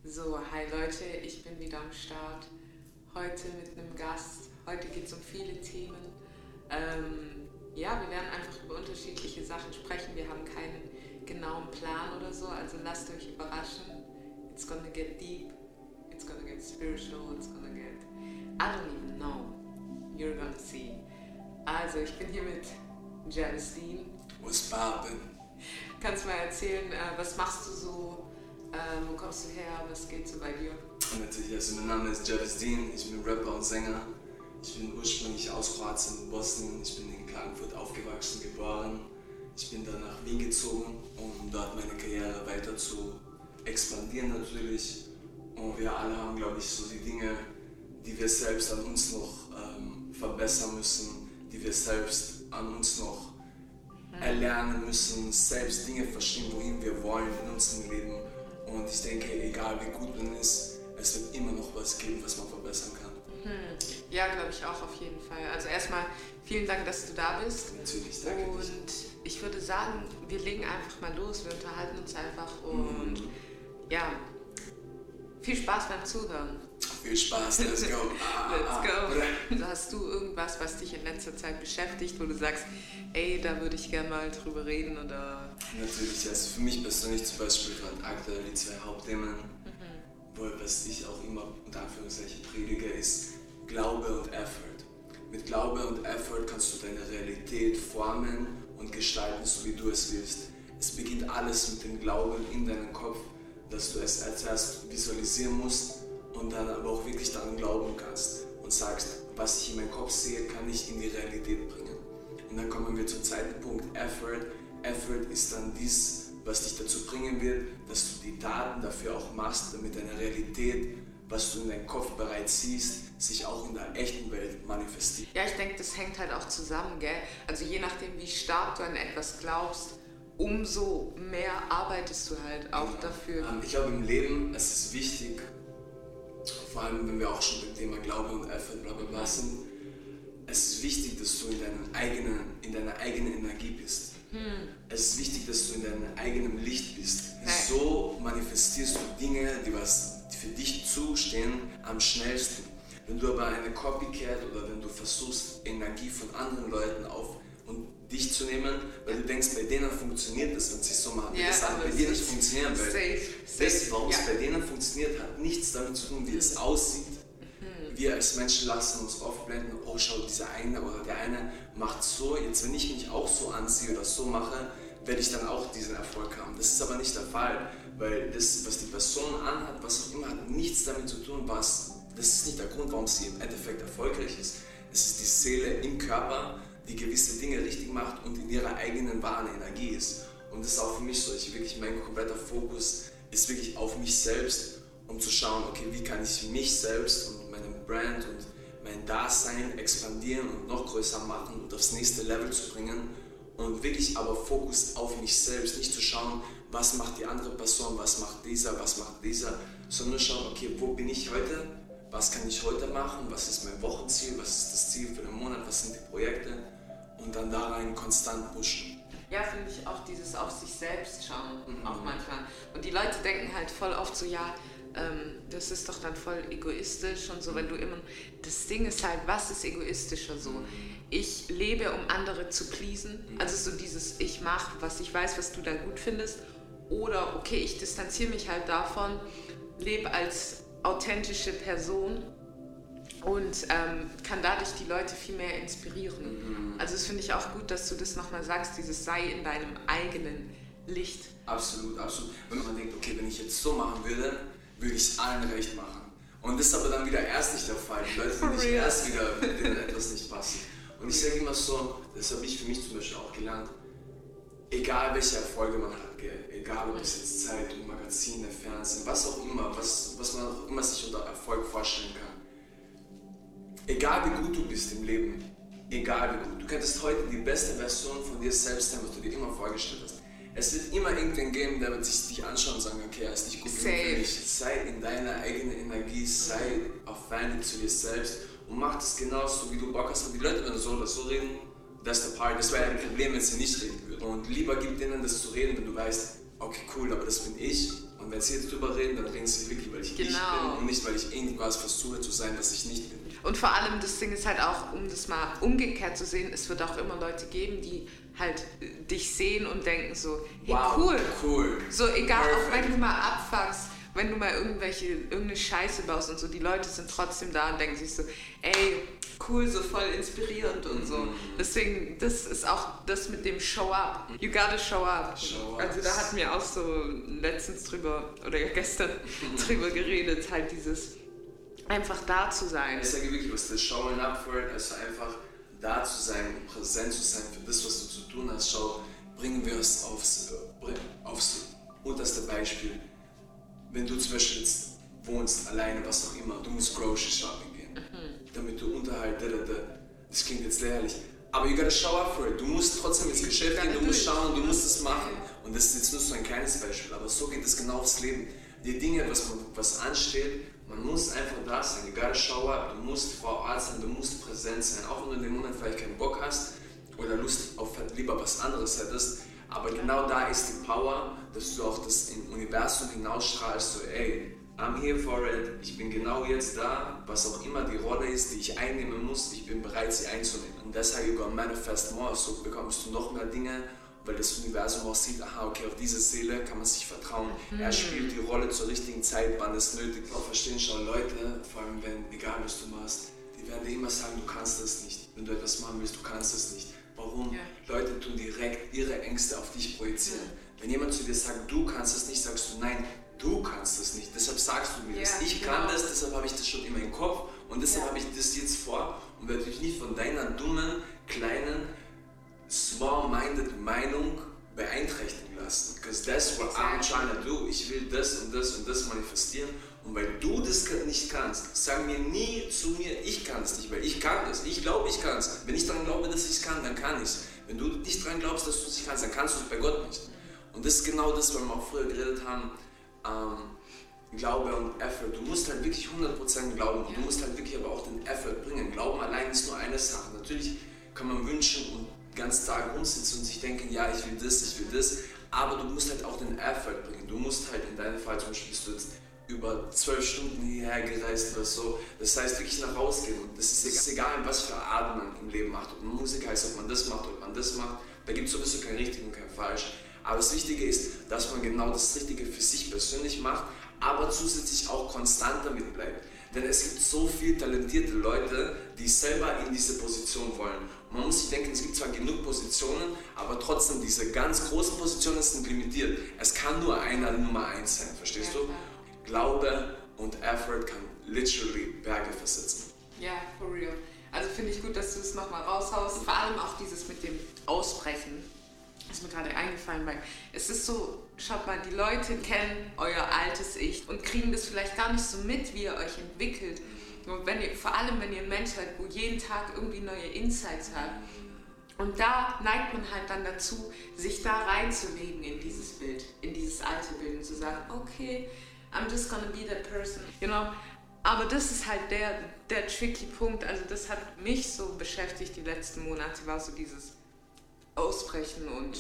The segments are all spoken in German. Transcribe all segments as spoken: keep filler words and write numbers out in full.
So, hi Leute, ich bin wieder am Start. Heute mit einem Gast. Heute geht es um viele Themen. Ähm, ja, wir werden einfach über unterschiedliche Sachen sprechen. Wir haben keinen genauen Plan oder so, also lasst euch überraschen. It's gonna get deep, it's gonna get spiritual, it's gonna get... I don't even know. You're gonna see. Also, ich bin hier mit Javesteen. What's poppin'? Kannst du mal erzählen, äh, was machst du so? Ähm, wo kommst du her? Was geht so bei dir? Natürlich, also mein Name ist Javesteen, ich bin Rapper und Sänger. Ich bin ursprünglich aus Kroatien, Bosnien. Ich bin in Klagenfurt aufgewachsen, geboren. Ich bin dann nach Wien gezogen, um dort meine Karriere weiter zu expandieren natürlich. Und wir alle haben, glaube ich, so die Dinge, die wir selbst an uns noch ähm, verbessern müssen, die wir selbst an uns noch mhm. erlernen müssen, selbst Dinge verstehen, wohin wir wollen in unserem Leben. Und ich denke, egal wie gut man ist, es wird immer noch was geben, was man verbessern kann. Mhm. Ja, glaube ich auch auf jeden Fall. Also erstmal vielen Dank, dass du da bist. Natürlich, danke Und dich. ich würde sagen, wir legen einfach mal los, wir unterhalten uns einfach und mhm. ja, viel Spaß beim Zuhören. Viel Spaß, let's go. Let's go. Also hast du irgendwas, was dich in letzter Zeit beschäftigt, wo du sagst, ey, da würde ich gerne mal drüber reden oder... Natürlich, also für mich persönlich zum Beispiel gerade aktuell die zwei Hauptthemen, mhm. wo was ich auch immer unter Anführungszeichen predige, ist Glaube und Effort. Mit Glaube und Effort kannst du deine Realität formen und gestalten, so wie du es willst. Es beginnt alles mit dem Glauben in deinem Kopf, dass du es als erst visualisieren musst und dann aber auch wirklich daran glauben kannst und sagst, was ich in meinem Kopf sehe, kann ich in die Realität bringen. Und dann kommen wir zum zweiten Punkt, Effort. Effort ist dann dies, was dich dazu bringen wird, dass du die Taten dafür auch machst, damit deine Realität, was du in deinem Kopf bereits siehst, sich auch in der echten Welt manifestiert. Ja, ich denke, das hängt halt auch zusammen, gell? Also je nachdem, wie stark du an etwas glaubst, umso mehr arbeitest du halt auch ja. dafür. Ich glaube, im Leben, es ist wichtig, vor allem wenn wir auch schon beim Thema Glaube und Effort bla bla bla sind, es ist wichtig, dass du in, deinen eigenen, in deiner eigenen Energie bist. Hm. Es ist wichtig, dass du in deinem eigenen Licht bist. Hey. So manifestierst du Dinge, die, was, die für dich zustehen, am schnellsten. Wenn du aber eine Copycat oder wenn du versuchst, Energie von anderen Leuten auf und dich zu nehmen, weil du denkst, bei denen funktioniert das, wenn sie es so machen, wie ja, das bei dir nicht funktionieren will. Safe, safe. Das, warum ja. es bei denen funktioniert, hat nichts damit zu tun, wie es aussieht. Mhm. Wir als Menschen lassen uns oft blenden, oh schau, dieser eine oder der eine macht so, jetzt wenn ich mich auch so anziehe oder so mache, werde ich dann auch diesen Erfolg haben. Das ist aber nicht der Fall, weil das, was die Person anhat, was auch immer, hat nichts damit zu tun, was, das ist nicht der Grund, warum sie im Endeffekt erfolgreich ist. Es ist die Seele im Körper, die gewisse Dinge richtig macht und in ihrer eigenen wahren Energie ist. Und das ist auch für mich so, ich wirklich, mein kompletter Fokus ist wirklich auf mich selbst, um zu schauen, okay, wie kann ich mich selbst und meinen Brand und mein Dasein expandieren und noch größer machen und aufs nächste Level zu bringen und wirklich aber Fokus auf mich selbst, nicht zu schauen, was macht die andere Person, was macht dieser, was macht dieser, sondern nur schauen, okay, wo bin ich heute? Was kann ich heute machen? Was ist mein Wochenziel? Was ist das Ziel für den Monat? Was sind die Projekte? Und dann da rein konstant pushen. Ja, finde ich auch dieses auf sich selbst schauen, mhm. auch manchmal. Und die Leute denken halt voll oft so, ja, ähm, das ist doch dann voll egoistisch und so, wenn du immer... Das Ding ist halt, was ist egoistischer so? Mhm. Ich lebe, um andere zu pleasen. Mhm. Also so dieses, ich mache, was ich weiß, was du dann gut findest. Oder, okay, ich distanziere mich halt davon, lebe als authentische Person und ähm, kann dadurch die Leute viel mehr inspirieren. Mhm. Also das finde ich auch gut, dass du das nochmal sagst, dieses sei in deinem eigenen Licht. Absolut, absolut. Wenn man denkt, okay, wenn ich jetzt so machen würde, würde ich es allen recht machen. Und das ist aber dann wieder erst nicht der Fall. Die Leute sind nicht erst wieder, denen etwas nicht passt. Und ich sage immer so, das habe ich für mich zum Beispiel auch gelernt, egal welche Erfolge man hat, egal ob es jetzt Zeitung, Magazine, Fernsehen, was auch immer, was, was man auch immer sich unter Erfolg vorstellen kann. Egal wie gut du bist im Leben, egal wie gut, du könntest heute die beste Version von dir selbst sein, was du dir immer vorgestellt hast. Es wird immer irgendwen geben, der wird sich dich anschauen und sagen, okay, er ist nicht gut genug für dich. Sei in deiner eigenen Energie, sei auffällig zu dir selbst und mach das genauso, wie du Bock hast. Und die Leute, wenn du so oder so reden, that's the part. Das wäre ein Problem, wenn sie nicht reden würden. Und lieber gib denen das zu reden, wenn du weißt, okay, cool, aber das bin ich Und wenn sie jetzt drüber reden, dann reden sie wirklich, weil ich genau. ich bin und nicht, weil ich irgendwas versuche zu sein, was ich nicht bin. Und vor allem, das Ding ist halt auch, um das mal umgekehrt zu sehen, es wird auch immer Leute geben, die halt dich sehen und denken so, hey, wow, cool. cool. So egal, Perfect. auch wenn du mal abfuckst, wenn du mal irgendwelche, irgendeine Scheiße baust und so, die Leute sind trotzdem da und denken sich so, ey, cool, so voll inspirierend und so. Deswegen, das ist auch das mit dem Show up. You gotta show up. Show up. Also da hatten wir auch so letztens drüber, oder gestern drüber geredet, halt dieses einfach da zu sein. Ich sage wirklich, was das Showing up for it, also einfach da zu sein und präsent zu sein für das, was du zu tun hast. Schau, bringen wir es aufs, aufs unterste Beispiel. Wenn du zum Beispiel jetzt wohnst, alleine, was auch immer, du musst Grocery Shopping gehen, mhm. damit du Unterhalt, da, da, da. Das klingt jetzt lächerlich, aber you gotta show up for it. Du musst trotzdem ins Geschäft gehen, du musst schauen, du musst es machen. Und das ist jetzt nur so ein kleines Beispiel, aber so geht es genau aufs Leben. Die Dinge, was, was ansteht, man muss einfach da sein, you gotta show up, du musst vor Ort sein, du musst präsent sein, auch wenn du in dem Moment vielleicht keinen Bock hast oder Lust auf lieber was anderes hättest, aber genau da ist die Power, dass du auch das im Universum hinausstrahlst, so ey, I'm here for it, ich bin genau jetzt da, was auch immer die Rolle ist, die ich einnehmen muss, ich bin bereit, sie einzunehmen. Und deshalb, you gotta manifest more, so bekommst du noch mehr Dinge, weil das Universum auch sieht, aha, okay, auf diese Seele kann man sich vertrauen. Mhm. Er spielt die Rolle zur richtigen Zeit, wann es nötig ist. Auch verstehen schon Leute, vor allem wenn, egal was du machst, die werden dir immer sagen, du kannst das nicht. Wenn du etwas machen willst, du kannst das nicht. Warum? Ja. Leute tun direkt ihre Ängste auf dich projizieren. Ja. Wenn jemand zu dir sagt, du kannst das nicht, sagst du, nein, du kannst das nicht. Deshalb sagst du mir ja, das. Ich genau. kann das, deshalb habe ich das schon immer im Kopf und deshalb ja. habe ich das jetzt vor und werde dich nicht von deiner dummen, kleinen, small-minded Meinung beeinträchtigen lassen. Because that's what I'm trying to do. Ich will das und das und das manifestieren. Und weil du das nicht kannst, sag mir nie zu mir, ich kann es nicht, weil ich kann das. Ich glaube, ich kann es. Wenn ich daran glaube, dass ich es kann, dann kann ich es. Wenn du nicht daran glaubst, dass du es nicht kannst, dann kannst du es bei Gott nicht. Und das ist genau das, weil wir auch früher geredet haben, ähm, Glaube und Effort. Du musst halt wirklich hundert Prozent glauben und du musst halt wirklich aber auch den Effort bringen. Glauben allein ist nur eine Sache. Natürlich kann man wünschen und den ganzen Tag rumsitzen und sich denken, ja, ich will das, ich will das, aber du musst halt auch den Effort bringen. Du musst halt in deinem Fall zum Beispiel, bist du jetzt über zwölf Stunden hierher gereist oder so, das heißt wirklich nach Hause gehen und das ist egal, was für eine Art man im Leben macht, ob man Musik heißt, ob man das macht, ob man das macht, da gibt es sowieso kein richtig und kein falsch, aber das Wichtige ist, dass man genau das Richtige für sich persönlich macht, aber zusätzlich auch konstant damit bleibt. Denn es gibt so viele talentierte Leute, die selber in diese Position wollen. Und man muss sich denken, es gibt zwar genug Positionen, aber trotzdem diese ganz großen Positionen sind limitiert. Es kann nur einer Nummer eins sein, verstehst ja, du? Glaube und Effort kann literally Berge versetzen. Ja, for real. Also finde ich gut, dass du es nochmal raushaust. Vor allem auch dieses mit dem Ausbrechen. Ist mir gerade eingefallen, weil es ist so, schaut mal, die Leute kennen euer altes Ich und kriegen das vielleicht gar nicht so mit, wie ihr euch entwickelt. Und wenn ihr, vor allem, wenn ihr ein Mensch seid, wo jeden Tag irgendwie neue Insights hat. Und da neigt man halt dann dazu, sich da reinzulegen in dieses Bild, in dieses alte Bild und zu sagen, okay, I'm just gonna be that person, you know. Aber das ist halt der, der tricky Punkt, also das hat mich so beschäftigt die letzten Monate, war so dieses Ausbrechen und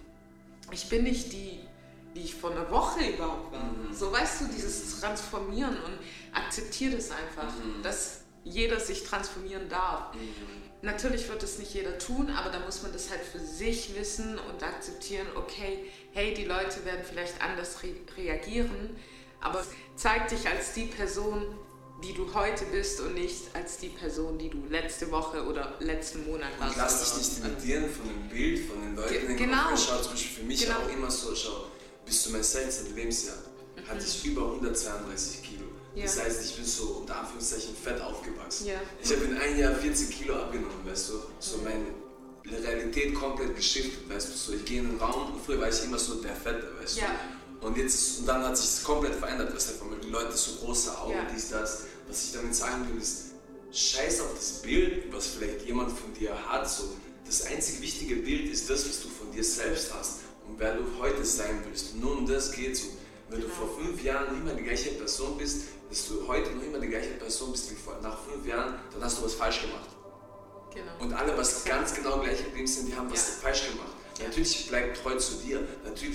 ich bin nicht die, die ich vor einer Woche überhaupt war. Mhm. So, weißt du, dieses Transformieren und akzeptiere das einfach, mhm. dass jeder sich transformieren darf. Mhm. Natürlich wird es nicht jeder tun, aber da muss man das halt für sich wissen und akzeptieren, okay, hey, die Leute werden vielleicht anders re- reagieren, aber zeig dich als die Person, die du heute bist und nicht als die Person, die du letzte Woche oder letzten Monat warst. Und lass dich nicht imitieren von dem Bild, von den Leuten. Ge- genau. Schau, zum Beispiel für mich genau. auch immer so, schau, bis zu meinem sechzehnten Lebensjahr mhm. hatte ich über hundertzweiunddreißig Kilo. Ja. Das heißt, ich bin so unter Anführungszeichen fett aufgewachsen. Ja. Ich habe in einem Jahr vierzehn Kilo abgenommen, weißt du. So meine Realität komplett geschiftet, weißt du. So, ich gehe in den Raum und früher war ich immer so der Fette, weißt ja. du. Und jetzt, und dann hat sich das komplett verändert, weißt du, weil die Leute so große Augen, ja. dies, das. Was ich damit sagen will, ist, scheiß auf das Bild, was vielleicht jemand von dir hat. So, das einzige wichtige Bild ist das, was du von dir selbst hast und wer du heute sein willst. Und nur um das geht es. Wenn du vor fünf Jahren nicht mehr die gleiche Person bist, dass du heute noch immer die gleiche Person bist wie vor, nach fünf Jahren, dann hast du was falsch gemacht. Genau. Und alle, was ganz genau gleich geblieben sind, die haben was ja. falsch gemacht. Ja. Natürlich bleib treu zu dir. Natürlich,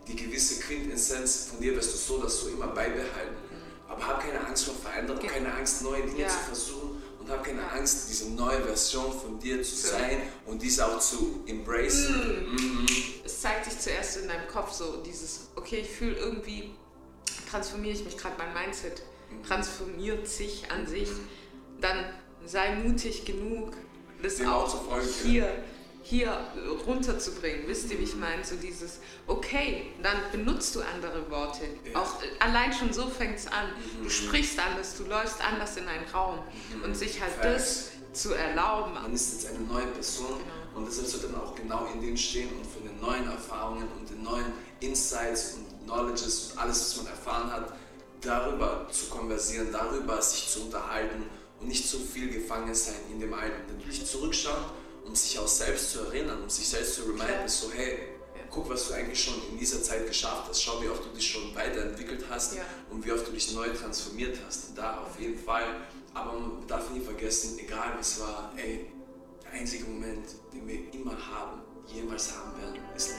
die gewisse Quintessenz von dir wirst du so oder so immer beibehalten. Aber hab keine Angst vor Veränderung, okay. keine Angst, neue Dinge ja. zu versuchen und hab keine ja. Angst, diese neue Version von dir zu so. sein und diese auch zu embracen. Mm. Mm. Es zeigt sich zuerst in deinem Kopf so dieses, okay, ich fühle irgendwie, transformiere ich mich gerade, mein Mindset transformiert sich an sich, dann sei mutig genug, das Dem auch, auch hier, hier runterzubringen. Wisst ihr, wie ich meine? So dieses, okay, dann benutzt du andere Worte. Ja. Auch allein schon so fängt es an. Mhm. Du sprichst anders, du läufst anders in einen Raum. Mhm. Und sich halt Facts. das zu erlauben. Man ist jetzt eine neue Person genau. und deshalb sollte man auch genau in dem stehen und von den neuen Erfahrungen und den neuen Insights und Knowledges und alles, was man erfahren hat, darüber zu konversieren, darüber sich zu unterhalten und nicht so viel gefangen sein in dem Alten. Natürlich zurückschauen, um sich auch selbst zu erinnern, um sich selbst zu reminden, so hey, guck, was du eigentlich schon in dieser Zeit geschafft hast, schau, wie oft du dich schon weiterentwickelt hast ja. und wie oft du dich neu transformiert hast. Da auf jeden Fall, aber man darf nie vergessen, egal was war, ey, der einzige Moment, den wir immer haben, jemals haben werden, ist